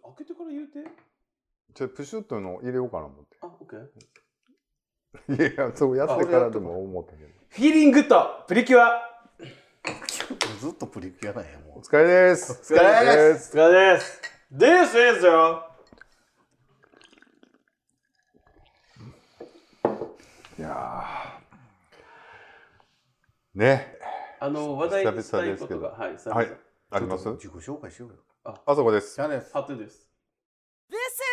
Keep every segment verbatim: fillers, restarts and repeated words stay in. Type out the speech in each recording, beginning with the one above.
開けてから言うて。 じゃあプシュッとの入れようかな思って。 あ、オッケー。いや、そうやってからでも思ったけど。 フィーリングとプリキュア。 ずっとプリキュアなんやもう。 お疲れです。 お疲れです。お疲れです。This is よ。 いやーね。 あの話題にしたいことが、はい、 はい、あります。 自己紹介しようよ。 あ、あそこです。 キャンです。 ハトです。 This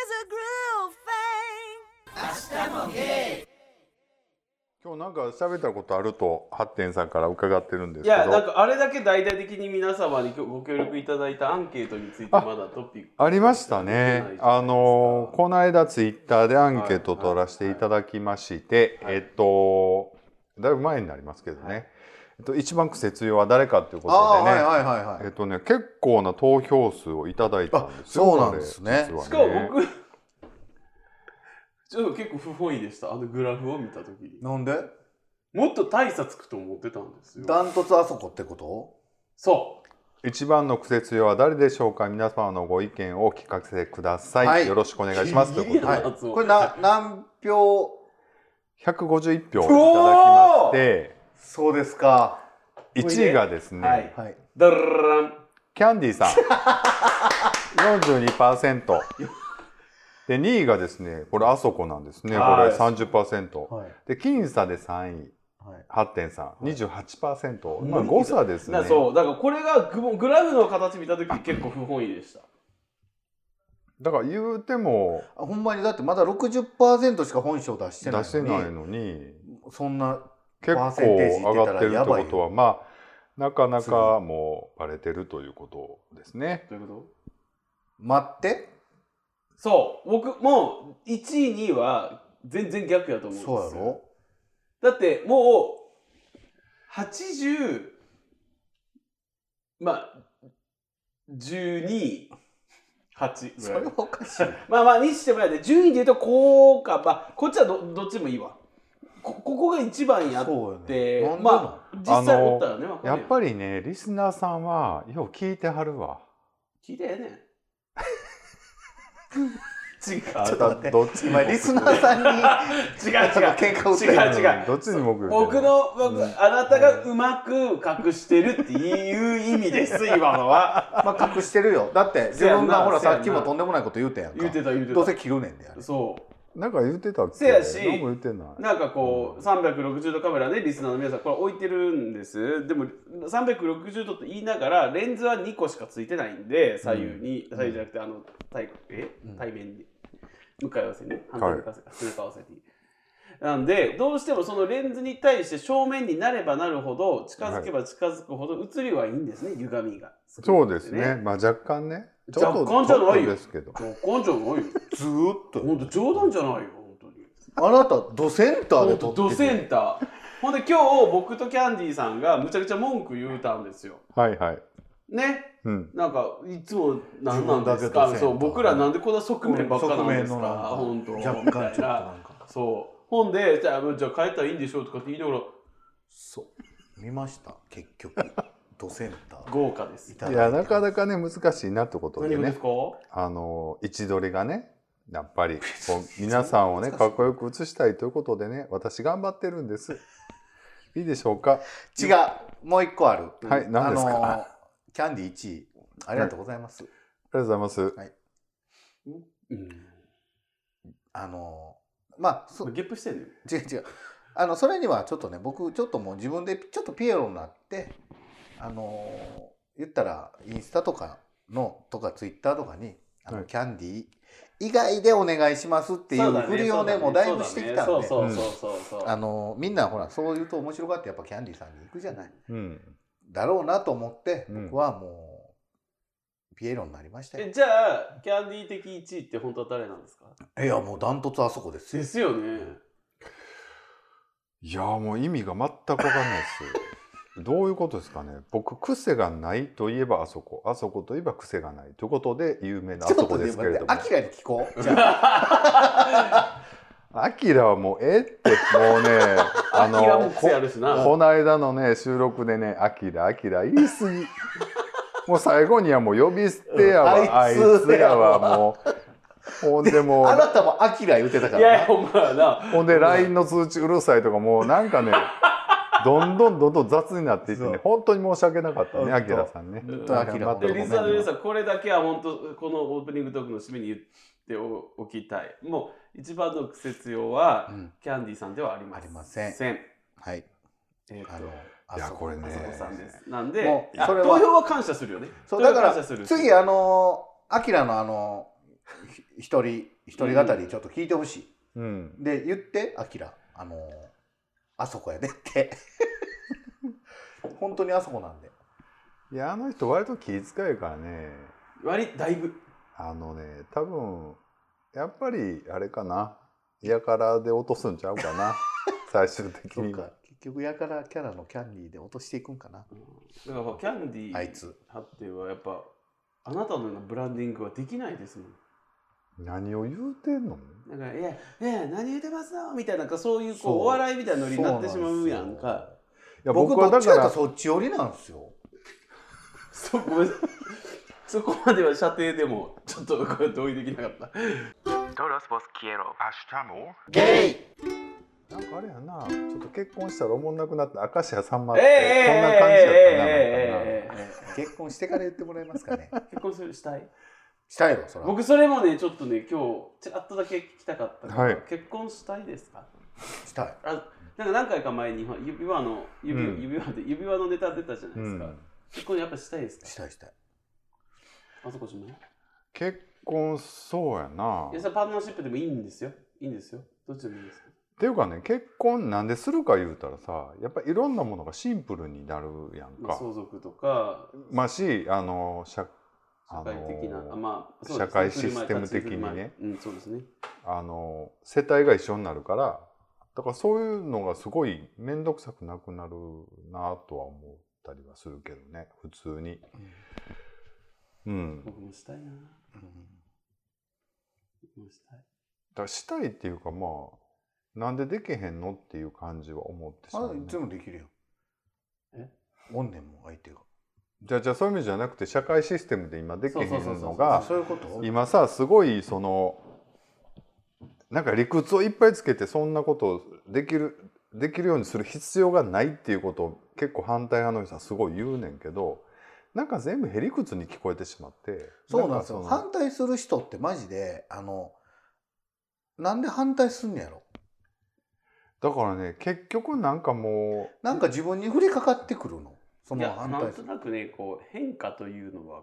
is a groove thing. 明日もゲイ。 今日なんか喋ったことあるとハッテンさんから伺ってるんですけど。 いや、なんかあれだけ大々的に皆様にご協力いただいたアンケートについてまだトピックありましたね。あのこの間ツイッターでアンケートを取らせていただきまして、はいはいはい、えっとだいぶ前になりますけどね。はい、えっと一番癖強は誰かということでね。 はいはいはいはい、 えっとね結構な投票数をいただいたんですよ。 そうなんですね。 ねしかも僕ちょっと結構不本意でした。あのグラフを見たときに。 なんで？ もっと大差つくと思ってたんですよ。 ダントツあそこってこと？ そう。 一番の癖強は誰でしょうか。皆様のご意見を聞かせてください。はい、よろしくお願いします。ということで、はい、 これな何票？ ひゃくごじゅういち票いただきまして、そうですか。いちいがですね、はいはい、 ダラランキャンディーさん よんじゅうにパーセント でにいがですねこれあそこなんですね。これ さんじゅっパーセント、はい、で僅差でさんいハッテンさん にじゅうはちパーセント、まあ誤差ですね。 そうだからこれがグラフの形見た時結構不本意でした。 だから言うてもほんまにだってまだ ろくじゅっパーセント しか本性出してないのに出してないのにそんな結構上がってるってことはまあなかなかもうバレてるということですね。 どういうこと？ 待ってそう僕もういちいにいは全然逆やと思うんですよ。 そうやろ？ だってもうはちじゅうまあじゅうに、はちぐらい。 それはおかしい。 まあまあにしてもやで順位で言うとこうか、まあこっちは ど, どっちもいいわ。こ, ここが一番やって、ね、まあ実際おったらね分かるやん。 やっぱりねリスナーさんはよう聞いてはるわ。 聞いてええねん。違う。 ちょっと待って。どっち今リスナーさんに違う違う喧嘩売ってる。違う違う。 どっちにも僕の僕、うん、あなたがうまく隠してるっていう意味です今のは。 まあ隠してるよ。だって自分がほらさっきもとんでもないこと言うてんやんか。 言うてた言うてた。 どうせ切るねんであれ。 そう。 なんか言うてたっけ？ せやし、 何も言ってない。 なんかこうさんびゃくろくじゅうどカメラねリスナーの皆さんこれ置いてるんです。でもさんびゃくろくじゅうどと言いながらレンズはにこしかついてないんで左右に、うん、左右じゃなくてあの対え、うん、対面に向かい合わせにね反対向かい合わせか背中合わせに。なんでどうしてもそのレンズに対して正面になればなるほど近づけば近づくほど映りはいいんですね歪みが。 そうですね。まあ若干ね。 若干じゃないよ。 ですけど。 若干じゃないよ。 ずーっと。 本当冗談じゃないよ本当に。 あなたドセンターで撮ってる。 ドセンター。ほんで今日僕とキャンディーさんがむちゃくちゃ文句言うたんですよ。 はいはい。 ね。 うん、 なんかいつも何なんですか。そう僕らなんでこんな側面ばっかなんですか。本当。 若干ちょっとなんか。 そう。ほんでじゃあじゃあ変えたらいいんでしょうとかって言いながら。 そう見ました結局。ドセンター豪華です。 いやなかなかね難しいなってことでね。 何ですか？ あの位置取りがねやっぱりこう皆さんをねかっこよく映したいということでね私頑張ってるんです。いいでしょうか？ 違うもう一個ある。 はい何ですか？あのー、 キャンディーいちいありがとうございます。はい、 ありがとうございます。 はい。うん、あのー、まあそゲップしてんの？ 違う違うあのそれにはちょっとね僕ちょっともう自分でちょっとピエロになって。あの言ったらインスタとかのとかツイッターとかにあの、はい、キャンディー以外でお願いしますっていう振りをねもうだいぶしてきたんであのみんなほらそう言うと面白がってやっぱキャンディーさんに行くじゃない、うん、だろうなと思って僕はもうピエロになりましたよ。 えじゃあキャンディー的いちいって本当は誰なんですか？ いやもうダントツあそこですよ。 ですよね。 いやもう意味が全く分かんないです。どういうことですかね。僕癖がないといえばあそこ、あそこといえば癖がないということで有名なあそこですけれども。 アキラに聞こう。じゃあ。 アキラはもうえってもうねあのここの間のね収録でねアキラアキラ言い過ぎ。 もう最後にはもう呼び捨てやわ、うん、あいつやわもうほんでもうあなたもアキラ言ってたからな。 いやほんまやな。 ほんで ライン の通知うるさいとかもうなんかねどんどんどんどん雑になっていってね本当に申し訳なかったねアキラさんね。 本当アキラでリスナーの皆さんこれだけは本当このオープニングトークの締めに言っておきたい。もう一番のクセ強は、うん、キャンディーさんではありません。ありません。はい。えー、あのいやこれね。 あそこさんです。なんでもうそれは投票は感謝するよね。 そうだから次あのアキラのあの一人一人語りちょっと聞いてほしい。うん、で言ってアキラあのあそこやでって本当にあそこなんで。 いやあの人割と気遣いからね。 割だいぶ。 あのね多分やっぱりあれかな。やからで落とすんちゃうかな最終的に。 そうか結局やからキャラのキャンディーで落としていくんかな。 うん、だからキャンディーあいつ発展はやっぱあなたのようなブランディングはできないですもん。 何を言うてんの？ なんかいやいや何言うてますのみたいなそういうこうお笑いみたいなノリになってしまうやんか。 いや僕はだからそっち寄りなんですよ。 そごめんそこまでは射程でもちょっとこれ同意できなかった。 Todos vos quiero. 明日もゲイ。なんかあれやな、ちょっと結婚したらおもんなくなって明石家さんまってこんな感じやったな。えーえーえー、結婚してから言ってもらえますかね。 結婚するしたい。 したいよそれ。 僕それもねちょっとね今日ちらっとだけ聞きたかったから、はい、結婚したいですか？ したい。 あなんか何回か前に指輪の指、うん、指輪で指輪のネタ出たじゃないですか。うん、結婚やっぱしたいですか？ したいしたい。 あそこじゃない？ 結婚そうやな。 いやパートナーシップでもいいんですよ。いいんですよ。どっちでもいいですか？ っていうかね結婚なんでするか言うたらさやっぱりいろんなものがシンプルになるやんか。 まあ、相続とかまあしあの社社会的な、あまあ、 社会システム的にね、 うん、そうですね。 あの世帯が一緒になるからだからそういうのがすごい面倒くさくなくなるなとは思ったりはするけどね普通に。うん。うん、 僕もしたいな。うん、僕もしたい。 だからしたいっていうかまあなんでできへんのっていう感じは思ってしまう、ね。 あいつもできるよ。え？おんねんも相手が。 じゃあじゃあそういう意味じゃなくて社会システムで今できへんのが今さすごいそのなんか理屈をいっぱいつけてそんなことをできるできるようにする必要がないっていうことを結構反対派の人はすごい言うねんけどなんか全部へりくつに聞こえてしまって。 そうなんですよ。反対する人ってマジであのなんで反対すんのやろ。 だからね結局なんかもうなんか自分に降りかかってくるの。その反対なんとなくねこう変化というのは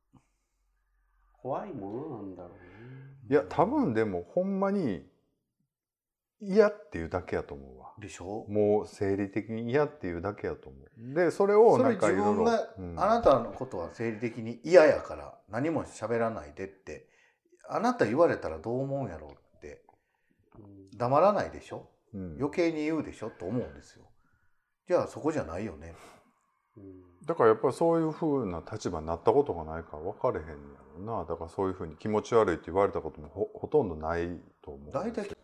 怖いものなんだろうね。 いや多分でもほんまに嫌っていうだけやと思うわ。 でしょ？ もう生理的に嫌っていうだけやと思う。でそれをなんかいろいろ。 それ自分が、うん、あなたのことは生理的に嫌やから何も喋らないでってあなた言われたらどう思うんやろうって黙らないでしょ？うん、余計に言うでしょと思うんですよ。じゃあそこじゃないよね。 うん、だからやっぱりそういうふうな立場になったことがないから分かれへんやろな。だからそういうふうに気持ち悪いって言われたことも ほ, ほとんどないと思う。 大体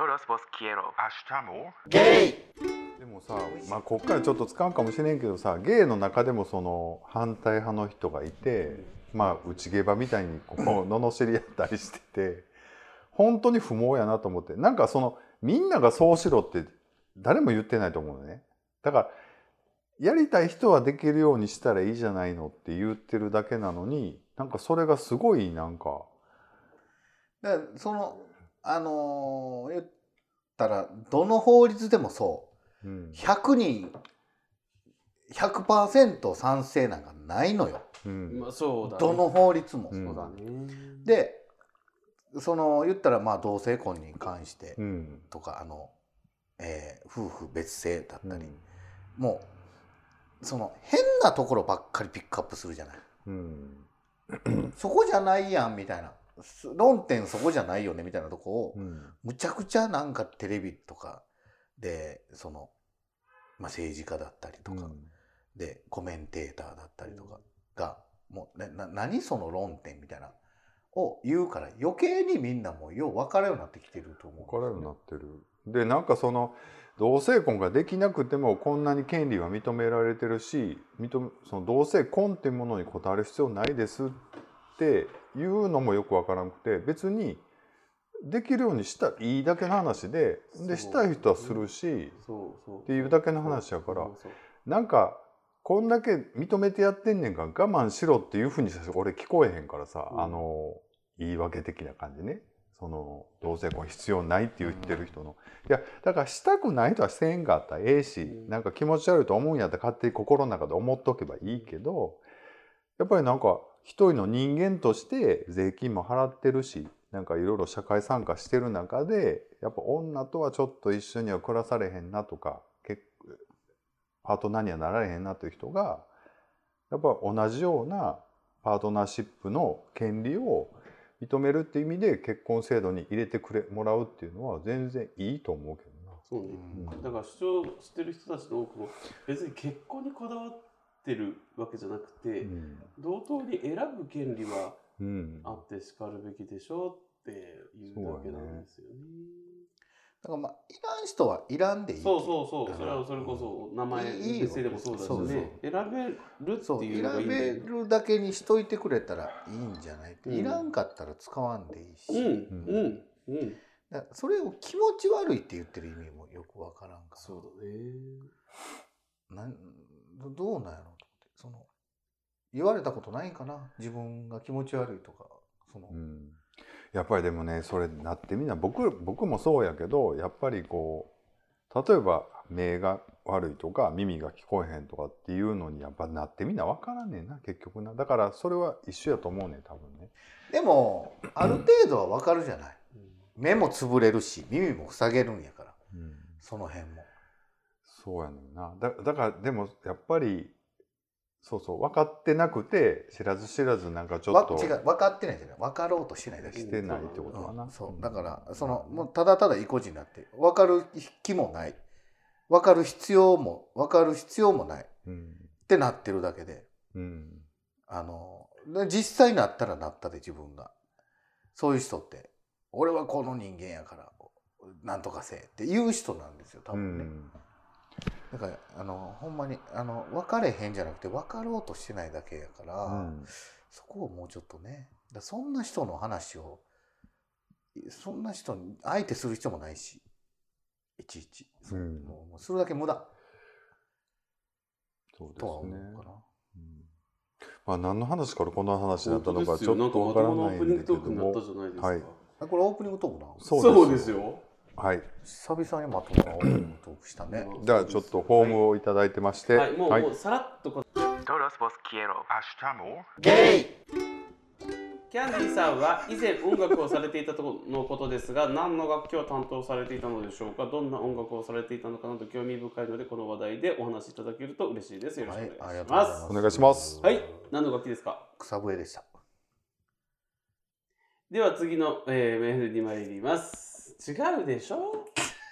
ゲイでもさ、まあ、こっからちょっと使うかもしれんけどさゲイの中でもその反対派の人がいて、まあ内ゲバみたいにこう罵り合ったりしてて本当に不毛やなと思ってなんかそのみんながそうしろって誰も言ってないと思うのね。だからやりたい人はできるようにしたらいいじゃないのって言ってるだけなのになんかそれがすごいなんかだからそのあのー、言ったらどの法律でもそう、うん、ひゃくにん ひゃくパーセント 賛成なんかないのよ、 うんまあそうだね、 どの法律も、 うん、そうだね。 でその言ったらまあ同性婚に関してとか、うん、あの、えー、夫婦別姓だったり、うん、もうその変なところばっかりピックアップするじゃない、うん、そこじゃないやんみたいな論点そこじゃないよねみたいなとこを、うん、むちゃくちゃなんかテレビとかでその、まあ、政治家だったりとか、うん、でコメンテーターだったりとかがもう、ね、な何その論点みたいなを言うから余計にみんなもうよう分かるようになってきてると思う。 分かるようになってる。 でなんかその同性婚ができなくてもこんなに権利は認められてるし、認めその同性婚っていうものに応える必要ないですっていうのもよくわからなくて、別にできるようにしたらいいだけの話で、でしたい人はするしっていうだけの話やから、なんかこんだけ認めてやってんねんから我慢しろっていうふうにしか俺聞こえへんからさ、うん、あの言い訳的な感じね。その同性婚必要ないって言ってる人の、いやだからしたくない人はせんかったらええし、うん、なんか気持ち悪いと思うんやったら勝手に心の中で思っとけばいいけど、やっぱりなんか一人の人間として税金も払ってるし、なんかいろいろ社会参加してる中でやっぱ女とはちょっと一緒には暮らされへんなとか、結パートナーにはなられへんなという人がやっぱ同じようなパートナーシップの権利を認めるっていう意味で結婚制度に入れてくれもらうっていうのは全然いいと思うけどな。 そうね、うん、だから主張してる人たちの多くも別に結婚にこだわってるわけじゃなくて、うん、同等に選ぶ権利はあってしかるべきでしょっていうだけなんですよね。 だからまあいらん人はいらんでいい。 そうそうそう。それはそれこそ名前別姓でもそうだしね。選べるっていうのがいいんだよ。 選べるだけにしといてくれたらいいんじゃない。うん、いらんかったら使わんでいいし。うんうんうん。だそれを気持ち悪いって言ってる意味もよくわからんから。 そうだね。 なんどうなんやろうと思って、その言われたことないかな、自分が気持ち悪いとかその。 うんやっぱりでもねそれなってみんな 僕, 僕もそうやけど、やっぱりこう例えば目が悪いとか耳が聞こえへんとかっていうのにやっぱなってみんな分からんねんな結局な。だからそれは一緒やと思うねん多分ね。 でもある程度は分かるじゃない、うん、目もつぶれるし耳も塞げるんやから、うん、その辺もそうやねんな。 だ, だからでもやっぱりそうそう分かってなくて知らず知らずなんかちょっと違う分かってないじゃない、分かろうとしないだけしてないってことかな、 うん、そうだからそのもうただただ意固地になって分かる気もない、分かる必要も分かる必要もない、うん、ってなってるだけで、うん、あの実際なったらなったで自分がそういう人って俺はこの人間やからなんとかせえっていう人なんですよ多分ね、うんだからあのほんまにあの分かれへんじゃなくて分かろうとしてないだけやから、うん、そこをもうちょっとね、だそんな人の話をそんな人に相手する必要もないしいちいち、うん、もうするだけ無駄そうですねとは思うかな、うんまあ、何の話からこんな話になったのかちょっと分からないんだけども、 はい、 これオープニングトークなの？ そうですよ。 はい、 久々にまともなオープニングトークしたね。 じゃあちょっとフォームをいただいてまして、 はい、もう、はい、もうさらっとこ。 Todos vos quiero。 ゲイ。 キャンディーさんは以前音楽をされていたとのことですが、何の楽器を担当されていたのでしょうか。どんな音楽をされていたのかなと興味深いので、この話題でお話しいただけると嬉しいです。よろしくお願いします。 はい、お願いします。 はい、何の楽器ですか？ 草笛でした。 では次の、えー、メールに参ります。違うでしょ。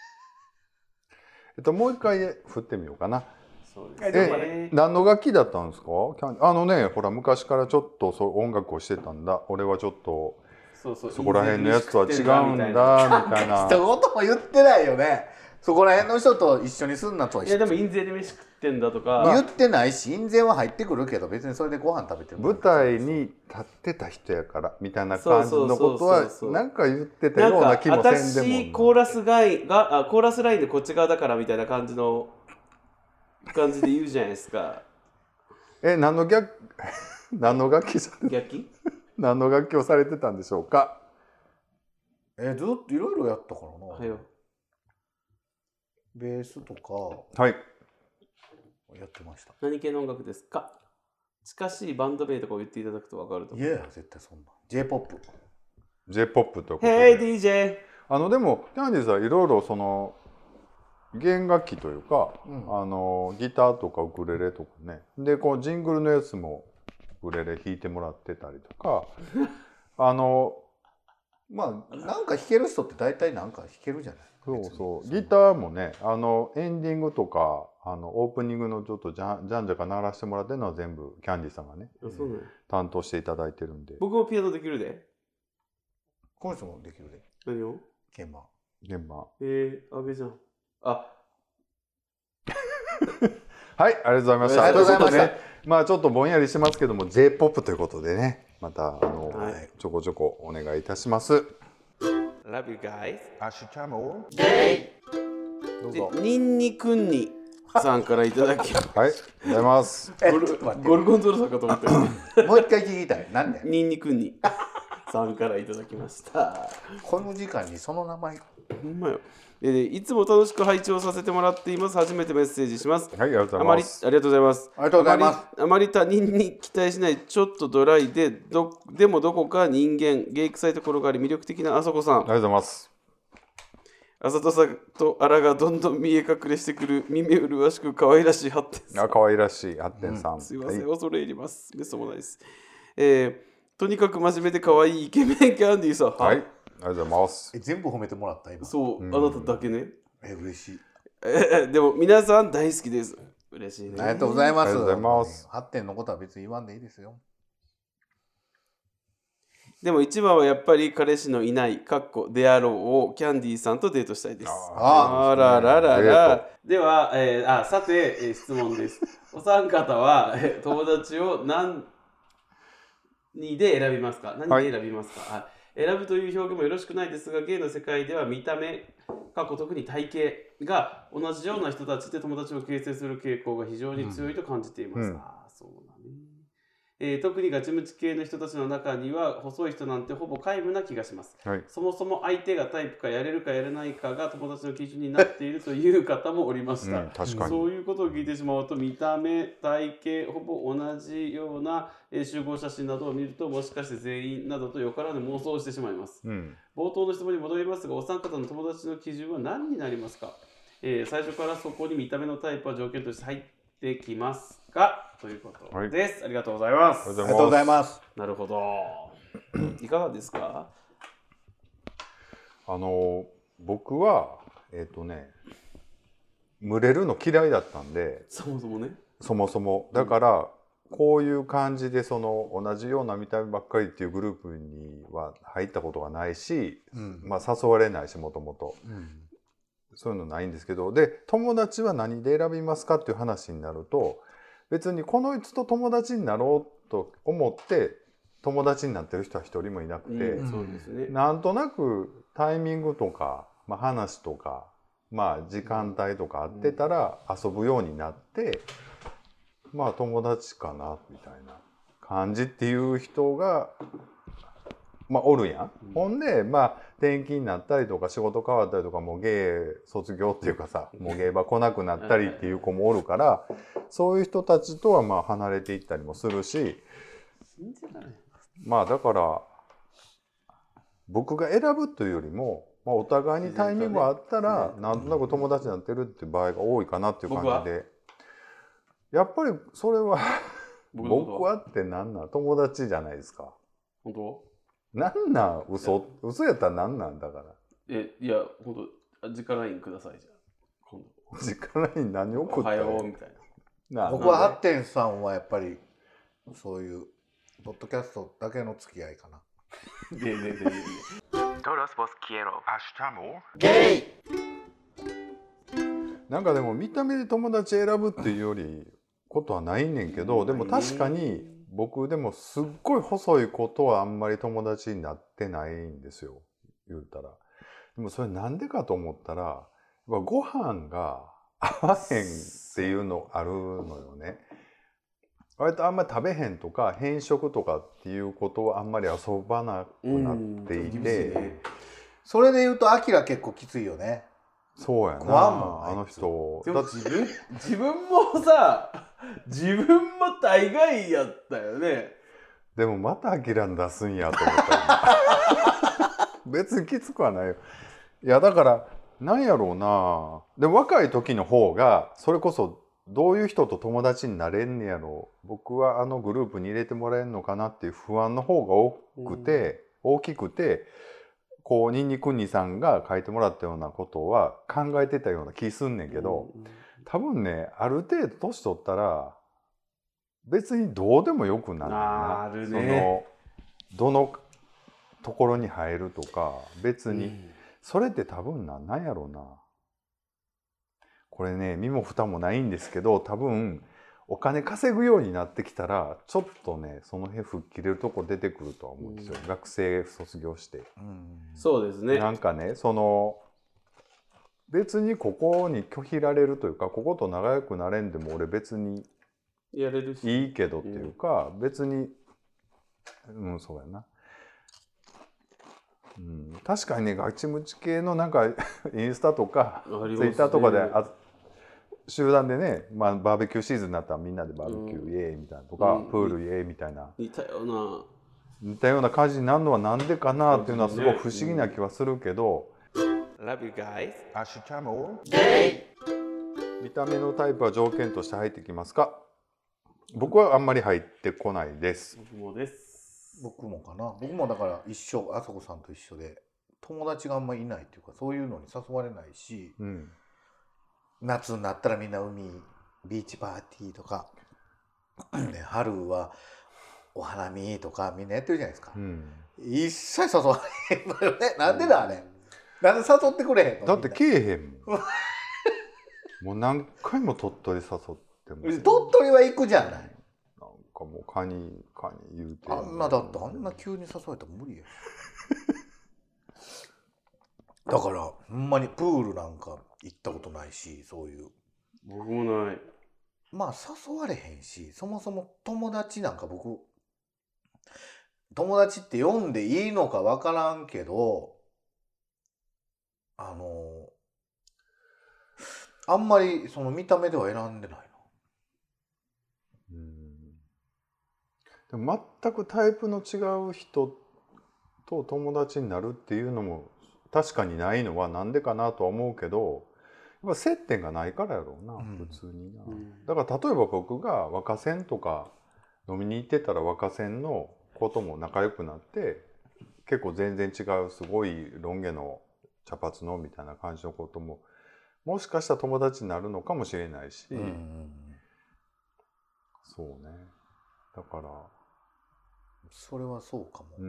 えっともう一回振ってみようかな。 そうですね。 え、何の楽器だったんですか？あのね、ほら昔からちょっとそう音楽をしてたんだ。俺はちょっとそうそうそこら辺のやつとは違うんだみたいな。 一言も言ってないよね。そこら辺の人と一緒にすんなとは言って。いやでも印税で飯食ってんだとか。 言ってないし、印税は入ってくるけど別にそれでご飯食べてる。 舞台に立ってた人やからみたいな感じのことはなんか言ってたような気もせんでも。 私コーラスガイがあコーラスラインでこっち側だからみたいな感じの感じで言うじゃないですか。 え、何の逆何の楽器されて楽器？ 何の楽器をされてたんでしょうか。 え、ずっといろいろやったからな。 はいよ。 ベースとかはいやってました。 何系の音楽ですか？近しいバンド名とかを言っていただくと分かると思う。 いや絶対そんな J-ポップ J-ポップ ということで Hey ディージェーあのでもキャンディーさんいろいろその弦楽器というか、うん、あのギターとかウクレレとかねでこうジングルのやつもウクレレ弾いてもらってたりとかあのまあなんか弾ける人って大体なんか弾けるじゃない。 そうそうギターもねあのエンディングとかあのオープニングのちょっとじゃんじゃんじゃか鳴らしてもらってるのは全部キャンディーさんがね、 うん、 担当していただいてるんで。 僕もピアノできるで。 この人もできるで。 何を？ 鍵盤。 現場。 えー、安倍じゃん。あはい、ありがとうございました。 ありがとうございました。 ね、まあちょっとぼんやりしますけども J-ポップ ということでね、またあの、 はい、 ちょこちょこお願いいたします。 Love you guys。 アシュチャモどうぞ。 ニンニクンニさんからいただきます。 はい、ありがとうございます。 ゴルゴルゴンゾーラさんかと思ってもう一回聞きたい。なんで？ ニンニクンニさんからいただきました。 この時間にその名前。 ほんまよ。えー、いつも楽しく拝聴させてもらっています。初めてメッセージします。 はい、ありがとうございます。 あまり、ありがとうございます。 ありがとうございます。 あまり、あまり他人に期待しない、ちょっとドライで、どでもどこか人間、芸臭いところがあり、魅力的なあそこさん。 ありがとうございます。 あざとさとあらがどんどん見え隠れしてくる、耳麗しく可愛らしい発展さん。 あ、可愛らしい発展さん。うん、 すいません、 はい、 恐れ入ります。めっそうもないです。えー、とにかく真面目で可愛いイケメンキャンディーさん。 はい、ありがとうございます。 え、全部褒めてもらった今。 そう、うん、あなただけね。 え、嬉しい。 えー、でも皆さん大好きです。嬉しいね。 ありがとうございます。 ありがとうございます。 発展のことは別に言わんでいいですよ。 でも一番はやっぱり彼氏のいないかっこであろうをキャンディーさんとデートしたいです。ああらららら。では、えー、あさて、えー、質問です。お三方は、えー、友達を何で選びますか？何で選びますか？はい、選ぶという表現もよろしくないですが、ゲイの世界では見た目、過去特に体型が同じような人たちで友達を形成する傾向が非常に強いと感じています。うん、ああ、そうだね。えー、特にガチムチ系の人たちの中には細い人なんてほぼ皆無な気がします、はい、そもそも相手がタイプかやれるかやれないかが友達の基準になっているという方もおりました、うん、確かにそういうことを聞いてしまうと見た目体型ほぼ同じような、えー、集合写真などを見るともしかして全員などとよからぬ妄想をしてしまいます、うん、冒頭の質問に戻りますがお三方の友達の基準は何になりますか、えー、最初からそこに見た目のタイプは条件として入ってきますかということです、はい、ありがとうございます。 ありがとうございます。 なるほど。いかがですか？ あの僕はえっとね群れるの嫌いだったんで、 そもそもね。 そもそもだから、うん、こういう感じでその同じような見た目ばっかりっていうグループには入ったことがないし、うん、まあ誘われないしもともと。そういうのないんですけど、で友達は何で選びますかっていう話になると。別にこの人と友達になろうと思って友達になってる人は一人もいなくて、うんそうですね、なんとなくタイミングとか、まあ、話とか、まあ、時間帯とか合ってたら遊ぶようになって、まあ友達かなみたいな感じっていう人が、まあ、おるやん。うん、ほんで、まあ、転勤になったりとか仕事変わったりとかもうゲイ卒業っていうかさもうゲイ場来なくなったりっていう子もおるからそういう人たちとはまあ離れていったりもするしまあだから僕が選ぶというよりも、まあ、お互いにタイミングがあったらなんとなく友達になってるっていう場合が多いかなっていう感じでやっぱりそれは僕はってなんなん友達じゃないですか。 本当なんなん嘘嘘やったらなんなんだから。 えいや本当直 ライン くださいじゃあ今度。直 ライン 何送ったらいい？おはようみたいな。な僕はハッテンさんはやっぱりそういうポッドキャストだけの付き合いかな。 ででででで。 Todos vos quiero. Estamos gay。 なんかでも見た目で友達選ぶっていうよりことはないねんけど、でも確かに。僕でもすっごい細い子とはあんまり友達になってないんですよ言うたら。でもそれなんでかと思ったらご飯が合わへんっていうのあるのよね。割とあんまり食べへんとか偏食とかっていうことはあんまり遊ばなくなっていて、ね、 それで言うとアキラ結構きついよね。 そうやなあの人。 でも自分自分もさ自分も大概やったよね。 でもまたアキラに出すんやと思ったら別にきつくはないよ。いやだからなんやろうな。でも若い時の方がそれこそどういう人と友達になれんねやろう僕はあのグループに入れてもらえるのかなっていう不安の方が多くて、うん、大きくてこうニンニクンニさんが書いてもらったようなことは考えてたような気すんねんけど、うん、多分ねある程度年取ったら別にどうでもよくなるな。 あるね。 そのどのところに入るとか別に、うん、 それって多分な、なんやろうな。これね、身も蓋もないんですけど、多分お金稼ぐようになってきたら、ちょっとね、その辺吹っ切れるとこ出てくるとは思うんですよ。うん、学生卒業して。 うん、そうですね。 なんかね、その別にここに拒否られるというか、ここと仲良くなれんでも俺別にやれるしいいけどっていうか、うん、別に、うん、そうやな。うん、確かにね、ガチムチ系のなんかインスタとか、ね、ツイッターとかであ集団でね、まあ、バーベキューシーズンになったらみんなでバーベキューイエーイみたいなとか、うん、プールイエーイみたいな似たような似たような感じになるのはなんでかなっていうのはすごい不思議な気はするけど、 Love you guys。 見た目のタイプは条件として入ってきますか？僕はあんまり入ってこないです。 僕もです。 僕もかな。僕もだから一緒、あさこさんと一緒で友達があんまりいないっていうか、そういうのに誘われないし、うん、夏になったらみんな海ビーチパーティーとかで、春はお花見とかみんなやってるじゃないですか、うん、一切誘わへんのよね。なんでだあれ、うん、なんで誘ってくれへんの？ だってけえへんもんもう何回も鳥取誘っても鳥取は行くじゃない。なんかもうカニカニ言うてあんな、だってあんな急に誘われたら無理やだからほんまにプールなんか行ったことないし、そういう僕もない。 まあ誘われへんし、そもそも友達なんか僕友達って呼んでいいのか分からんけど、あのあんまりその見た目では選んでないな。 うん、でも全くタイプの違う人と友達になるっていうのも確かにないのはなんでかなとは思うけど、やっぱ接点がないからやろうな、うん、普通にな、うん、だから例えば僕が若仙とか飲みに行ってたら若仙の子とも仲良くなって結構全然違うすごいロン毛の茶髪のみたいな感じの子とももしかしたら友達になるのかもしれないし、うん、そうね、だからそれはそうかも、うん、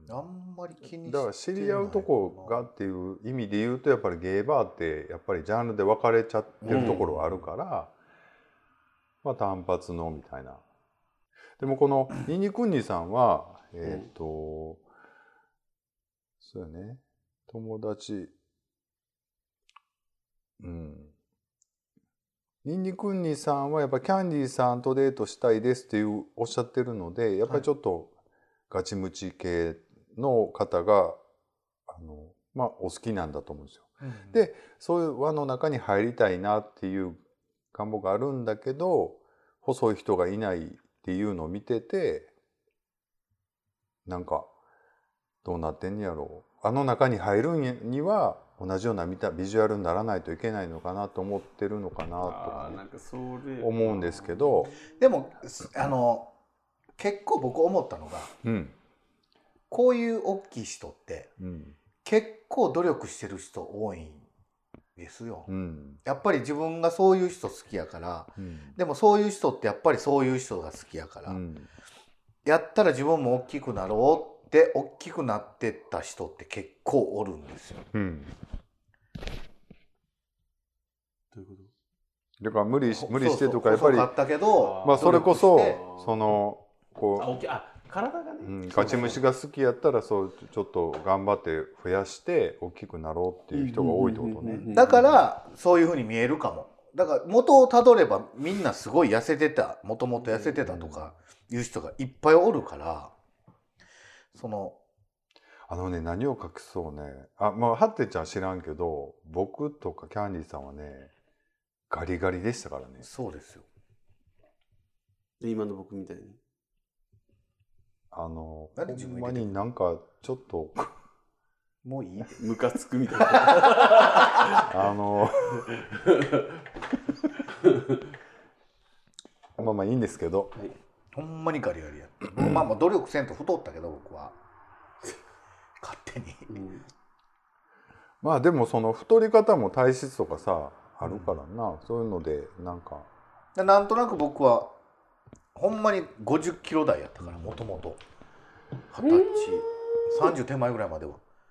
あんまり気にしてない。 だから知り合うとこがっていう意味で言うとやっぱりゲイバーってやっぱりジャンルで分かれちゃってるところはあるから、うん、まあ単発のみたいな。でもこのニンニクンニさんはえっ、ー、と、うん、そうやね、友達、うん、ニンニクンニさんはやっぱキャンディーさんとデートしたいですっていうおっしゃってるので、やっぱりちょっと、はい、ガチムチ系の方があの、まあ、お好きなんだと思うんですよ。うん、でそういう輪の中に入りたいなっていう願望があるんだけど細い人がいないっていうのを見てて、なんかどうなってんやろう、あの中に入るには同じような見たビジュアルにならないといけないのかなと思ってるのかなとか、ね、思うんですけど、 でもあの結構僕思ったのが、うん、こういう大きい人って、うん、結構努力してる人多いんですよ、うん、やっぱり自分がそういう人好きやから、うん、でもそういう人ってやっぱりそういう人が好きやから、うん、やったら自分も大きくなろうって大きくなってった人って結構おるんですよ、うん、 どういうこと？ だから無理し無理してとかやっぱり細かったけど、 まあそれこそそのこうあ体がね、 うん、ガチムシが好きやったらそうちょっと頑張って増やして大きくなろうっていう人が多いってことね。 だからそういうふうに見えるかも。だから元をたどればみんなすごい痩せてた、もともと痩せてたとかいう人がいっぱいおるから、そのあのね、何を隠そうね、あ、まあハッテちゃん知らんけど僕とかキャンディーさんはねガリガリでしたからね。 そうですよ。 で今の僕みたいにあのほんまになんかちょっともういいムカつくみたいなあのまあまあいいんですけど、はい、 ほんまにガリガリやまあまあ努力せんと太ったけど僕は勝手に、うん、 まあでもその太り方も体質とかさあるからな、うん、そういうのでなんかなんとなく僕はほんまにごじゅっキロ台やったから、もともとはたちさんじゅう手前ぐらいまでは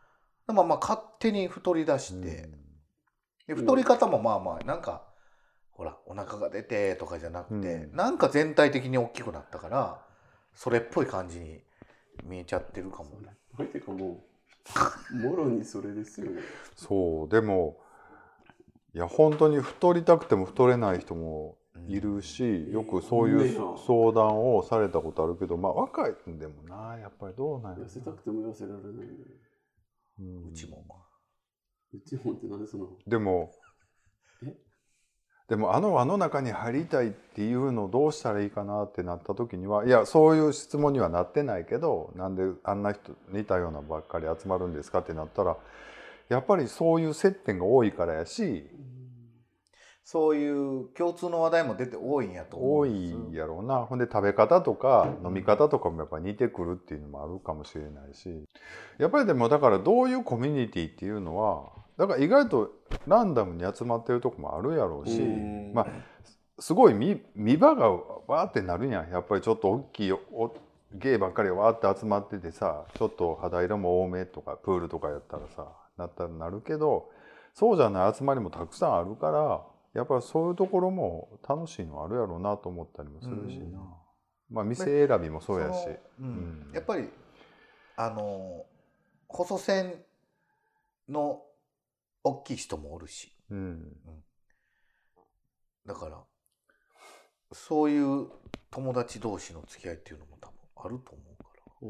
まあまあ勝手に太り出して、で太り方もまあまあなんかほらお腹が出てとかじゃなくて、うん、なんか全体的に大きくなったからそれっぽい感じに見えちゃってるかもね。 それってかもうもろにそれですよね。 そうでもいや本当に太りたくても太れない人もいるし、よくそういう相談をされたことあるけど、まあ若いんでもなやっぱりどうなんやろな。 痩せたくても痩せられない、 うん、うちもうちもって何でそのでもえでもあの輪の中に入りたいっていうのをどうしたらいいかなってなった時にはいやそういう質問にはなってないけどなんであんな人似たようなばっかり集まるんですかってなったらやっぱりそういう接点が多いからやし、 そういう共通の話題も出て多いんやと思う多いやろうな。ほんで食べ方とか飲み方とかもやっぱり似てくるっていうのもあるかもしれないし、やっぱりでもだからどういうコミュニティっていうのはだから意外とランダムに集まってるとこもあるやろうし、まあすごい 見, 見場がわーってなるやん。やっぱりちょっと大きいおゲイばっかりわーって集まっててさ、ちょっと肌色も多めとかプールとかやったらさなったらなるけど、そうじゃない集まりもたくさんあるからやっぱりそういうところも楽しいのあるやろうなと思ったりもするしな、うん、まあ店選びもそうやし、 うんうん、やっぱりあの細線の大きい人もおるし、うんうん、だからそういう友達同士の付き合いっていうのも多分あると思うから、うん、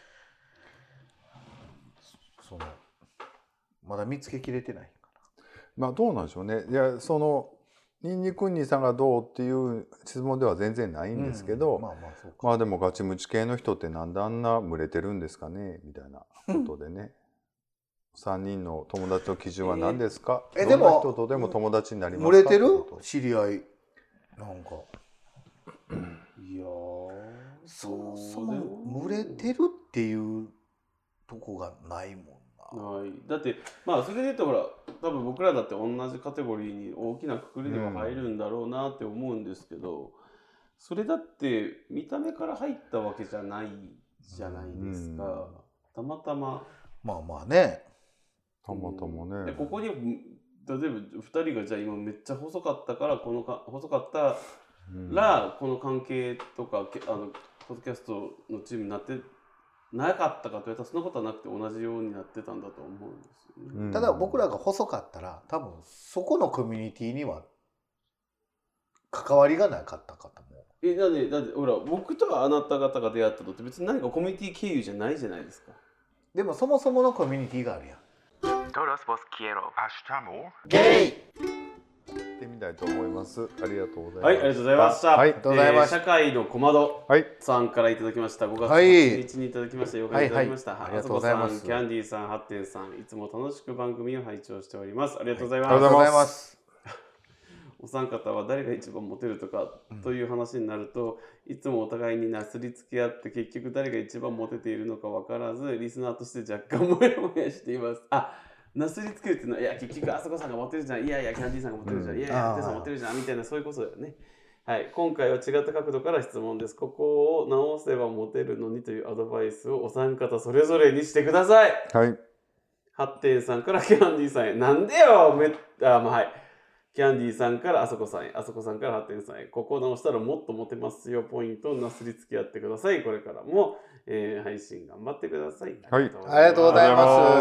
そのまだ見つけきれてないかな。 まあどうなんでしょうね。いやそのニンニク兄さんがどうっていう質問では全然ないんですけど、うん、まあまあそうか。まあでもガチムチ系の人ってなんであんな群れてるんですかねみたいなことでねさんにんの友達の基準は何ですか、えー、どんな人とでも友達になりますか。 群れてる知り合いなんかいやそもそも群れてるっていうとこがないもんな。 ない。だってまあそれで言うとほら多分僕らだって同じカテゴリーに大きなくくりでは入るんだろうなって思うんですけど、うん、それだって見た目から入ったわけじゃないじゃないですか、うん、たまたままあまあねたまたまね、うん、 でここに例えばふたりがじゃあ今めっちゃ細かったからこのか細かったらこの関係とかあのポッドキャストのチームになってなかったかと言われたらそんなことはなくて同じようになってたんだと思うんですよね、うん、 ただ僕らが細かったら多分そこのコミュニティには関わりがなかったかと思う。 えだってだってほら僕とあなた方が出会ったのって別に何かコミュニティ経由じゃないじゃないですか。 でもそもそものコミュニティがあるやん。 Todos vos quiero. ゲイってみたいと思います。ありがとうございます。 はい、ありがとうございました。 はい、ありがとうございます。 社会の小窓さんからいただきました。ごがつはちにちにいただきました。よくいただきました。 はいはい、ありがとうございます。 キャンディーさん、ハッテンさん、いつも楽しく番組を拝聴しております。ありがとうございます。 はい、ありがとうございます。 お三方は誰が一番モテるとかという話になると、うん、いつもお互いになすりつけ合って結局誰が一番モテているのか分からずリスナーとして若干モヤモヤしています。あ、なすりつけるっていうのは、いや結局あそこさんがモテるじゃん、いやいやキャンディーさんがモテるじゃん、うん、いやいやハッテンさんモテるじゃんみたいな、そういうことだよね。はい、今回は違った角度から質問です。ここを直せばモテるのにというアドバイスをお三方それぞれにしてください。 はい。 ハッテンさんからキャンディーさんへ。なんでよめあ、まあ、はい。キャンディーさんからあそこさんへ、あそこさんからハッテンさんへ。ここを直したらもっとモテますよポイントをなすりつけ合ってください。これからも、えー、配信頑張ってください。 はい。 ありがとうございます。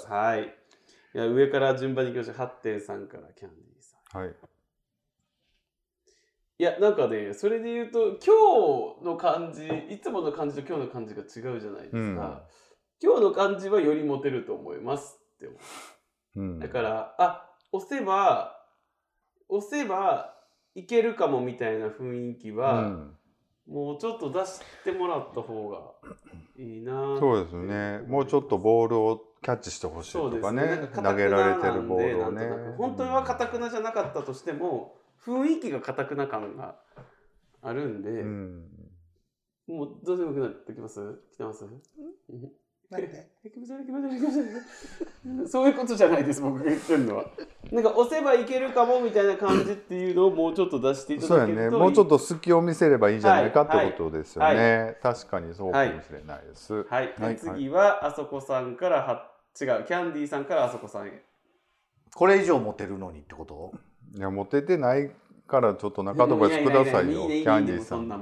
はい。いや上から順番に行きましょう。ハッテンさんからキャンディーさん。 はい。 いやなんかねそれで言うと今日の感じいつもの感じと今日の感じが違うじゃないですか、うん、今日の感じはよりモテると思いますって思う、うん、だからあ押せば押せばいけるかもみたいな雰囲気は、うん、もうちょっと出してもらった方がいいな。 そうですね。もうちょっとボールをキャッチしてほしいとかね、ね投げられてるボールをね。 本当は堅くなじゃなかったとしても雰囲気が堅くな感があるんで、うん、もうどうでもよくなってきます？来てます？そういうことじゃないです僕が言ってるのは。なんか押せばいけるかもみたいな感じっていうのをもうちょっと出していただけるといい。 そうやね。もうちょっと隙を見せればいいんじゃないかってことですよね。はいはい、確かにそうかもしれないです。 はい。はい、次はあそこさんからハッ違う、キャンディーさんからあそこさんへ。 これ以上モテるのにってこと？ いやモテてないからちょっと中アドバイスくださいよ、キャンディーさん。はい。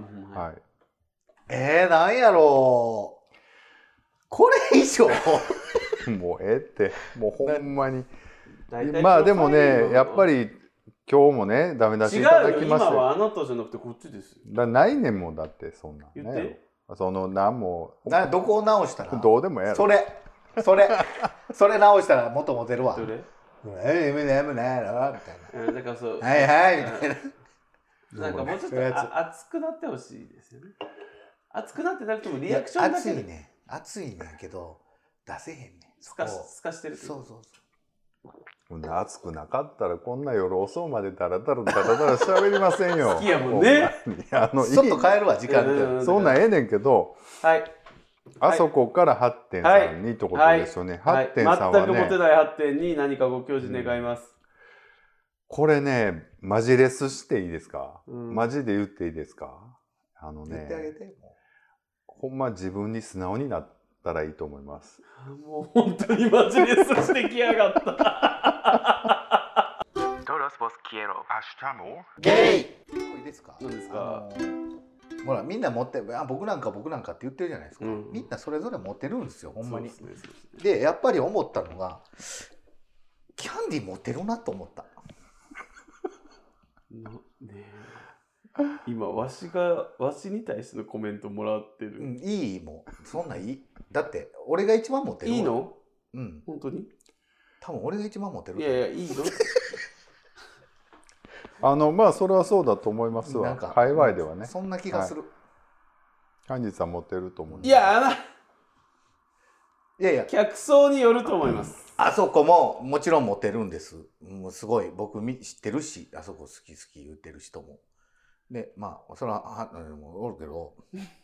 えー、なんやろう。これ以上もうええってもうほんまに。まあでもねやっぱり今日もねダメ出しいただきましたよ。 今はあなたじゃなくてこっちです。 だないねんもんだってそんな。 言って。 その何もなどこを直したらどうでもええやろ。 それそれそれ直したらもっとモテるわ。 どれ？ ええ、ええ、みたいな。 だからそう。 はいはいみたいな。なんかもうちょっと熱くなってほしいですよね。熱くなってなくてもリアクションだけで。 熱いね。熱いねんけど出せへんねん。 すかしすかしてる。 そうそうそう。熱くなかったらこんな夜遅うまでダラダラダラダラ喋りませんよ。 好きやもんね。 あのちょっと変えるわ時間で。そんなんええねんけど。 はい。 あそこからはってんさんにってことですよね。はってんさんはね。 全くモテないはってんに何かご教示願います。 これねマジレスしていいですか？マジで言っていいですか？あのね。 言ってあげて。 ほんま自分に素直になったらいいと思います。 もう本当にマジレスしてきやがった。 Todos vos quiero. ゲイ。いいですか？ 何ですか？ ほらみんな持ってあ僕なんか僕なんかって言ってるじゃないですか、うん、みんなそれぞれ持ってるんですよほんまに。で、ねでやっぱり思ったのがキャンディー持ってるなと思ったね、今わしがわしに対してのコメントもらってる、 うん、いいもうそんないいだって俺が一番持ってるいいの？ うん本当に多分俺が一番持ってる。 いやいやいいのあのまあそれはそうだと思いますわ。界隈ではね。 そんな気がする。 キャンディーさん持ってると思う。 いやあのいやいや客層によると思います。 あそこももちろん持ってるんです。もうすごい僕知ってるしあそこ好き好き言ってる人も。でまあそれはおるけど。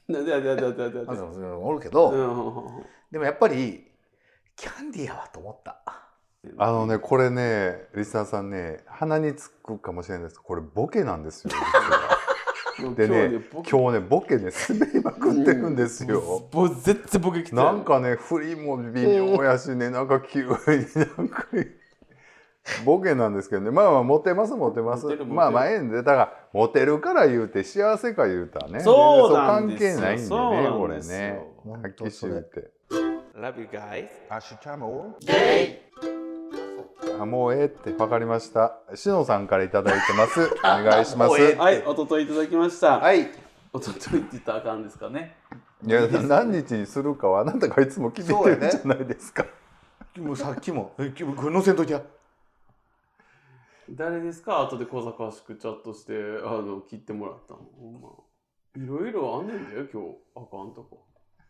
おるけど。でもやっぱりキャンディーやわと思った。 あのねこれねリスナーさんね鼻につくかもしれないですけどこれボケなんですよ。でね今日ねボケね滑りまくってるんですよ。 もう絶対ボケきてなんかね振りも微妙やしねなんか急になんかボケなんですけどねまあまあモテますモテますまあまあええんでだからモテるから言うて幸せか言うたらねそうなんですよ。 関係ないんでねこれねはっきり言って。 Love you guys。 アシュチャモゲイ。あもうええって分かりました。しのさんからいただいてます。お願いします。 はい、おとといいただきました。 はい。 おとといって言ったらあかんですかね。 いや何日にするかはあなたがいつも決めてるんじゃないですか。 もうさっきもえこれ載せんときゃ。 誰ですか？後で小賢しくチャットしてあの切ってもらったの。いろいろあんねんだよ今日あかんとこ。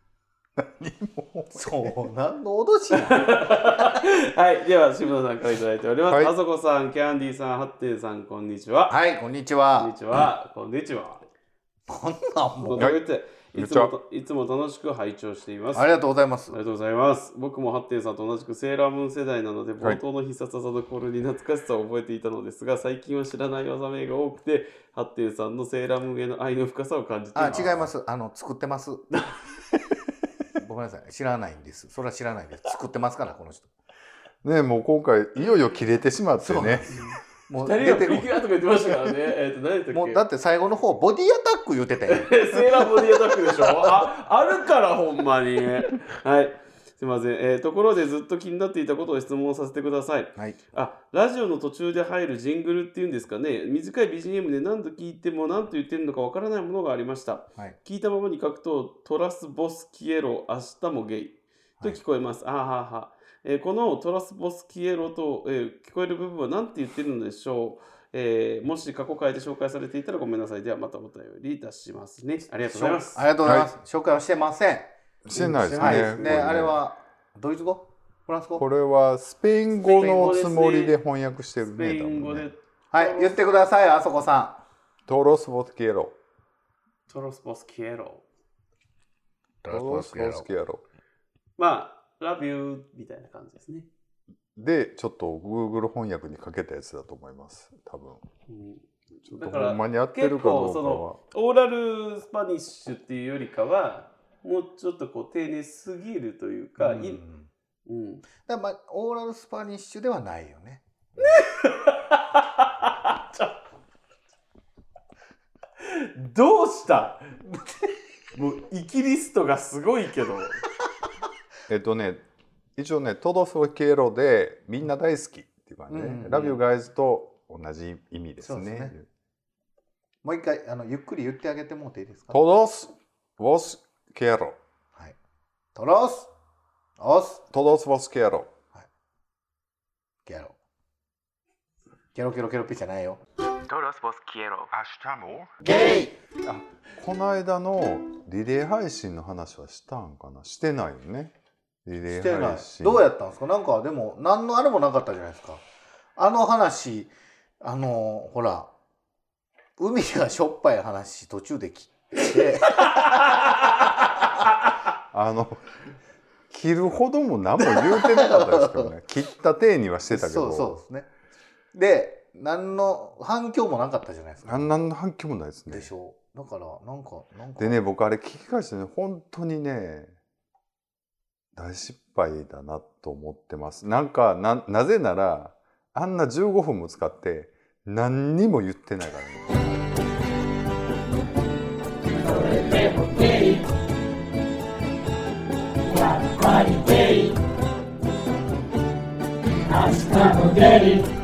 そう何の脅しはいでは渋野さんからいただいております、はい、あそこさんキャンディーさんハッテンさんこんにちは。 はいこんにちはこんにちはこんにちはこんなんもう、 はい、いつもいつも楽しく拝聴しています。 ありがとうございますありがとうございます。僕もハッテンさんと同じくセーラームーン世代なので冒頭の必殺技の頃に懐かしさを覚えていたのですが最近は知らない技名が多くてハッテンさんのセーラームーンへの愛の深さを感じています。 あ違いますあの作ってますごめんなさい知らないんです。それは知らないです。作ってますからこの人。 ねもう今回いよいよ切れてしまってね。 もう出てる。プリキュアとか言ってましたからね。えっと何やったっけ。 もうだって最後の方ボディアタック言ってたよ。 セーラーボディアタックでしょ。ああるからほんまに。はい。すみません、えー。ところでずっと気になっていたことを質問させてください。 はい。 あラジオの途中で入るジングルっていうんですかね。短い ビージーエム で何度聞いても何と言ってるのかわからないものがありました。 はい、 聞いたままに書くとトラスボスキエロ明日もゲイと聞こえます。はい、あはは。えー、このトラスボスキエロと、えー、聞こえる部分は何て言ってるのでしょう。えー、もし過去回で紹介されていたらごめんなさい。ではまたお便り出しますね。ありがとうございます。 ありがとうございます。はい、紹介はしてません。 してないですね。 はい、であれはドイツ語？フランス語？ これはスペイン語のつもりで翻訳してるね。 スペイン語で、ね。 はい言ってくださいあそこさん。トロスボスキエロ。 トロスボスキエロ。 トロスボスキエロ。 まあラビューみたいな感じですね。 でちょっと Google 翻訳にかけたやつだと思います多分、うん、ちょっとほんまに合ってるかどうかはオーラルスパニッシュっていうよりかはもうちょっとこう丁寧すぎるというか、うん、ううん、 だからまあオーラルスパニッシュではないよね。 どうしたもうイキリストがすごいけどえっとね一応ねトドスフォケロでみんな大好きっていうかね、うんうん、ラビューガイズと同じ意味です ね, ですね。 もう一回あのゆっくり言ってあげてもらっていいですか。 トドスフォスケロ、 はい、トドスオストドスフォスケロ、はい、 ケロケロケロケロピじゃないよ。 Todos vos quiero. 明日もゲイ。あ、この間のリレー配信の話はしたんかな。してないよね。リレー配信。 どうやったんですか。なんかでも何のあれもなかったじゃないですか。あの話、あのほら海がしょっぱい話途中で切ってあの切るほども何も言うてなかったですけどね。切った体にはしてたけど。 そうそうですね。で。何の反響もなかったじゃないですか。 何の反響もないですね。 でしょう。だからなんかなんかでね、僕あれ聞き返してね、本当にね大失敗だなと思ってます。なんか な, なぜならあんなじゅうごふんも使って何にも言ってないからね。それでもゲイ、やっぱりゲイ、明日もゲイ。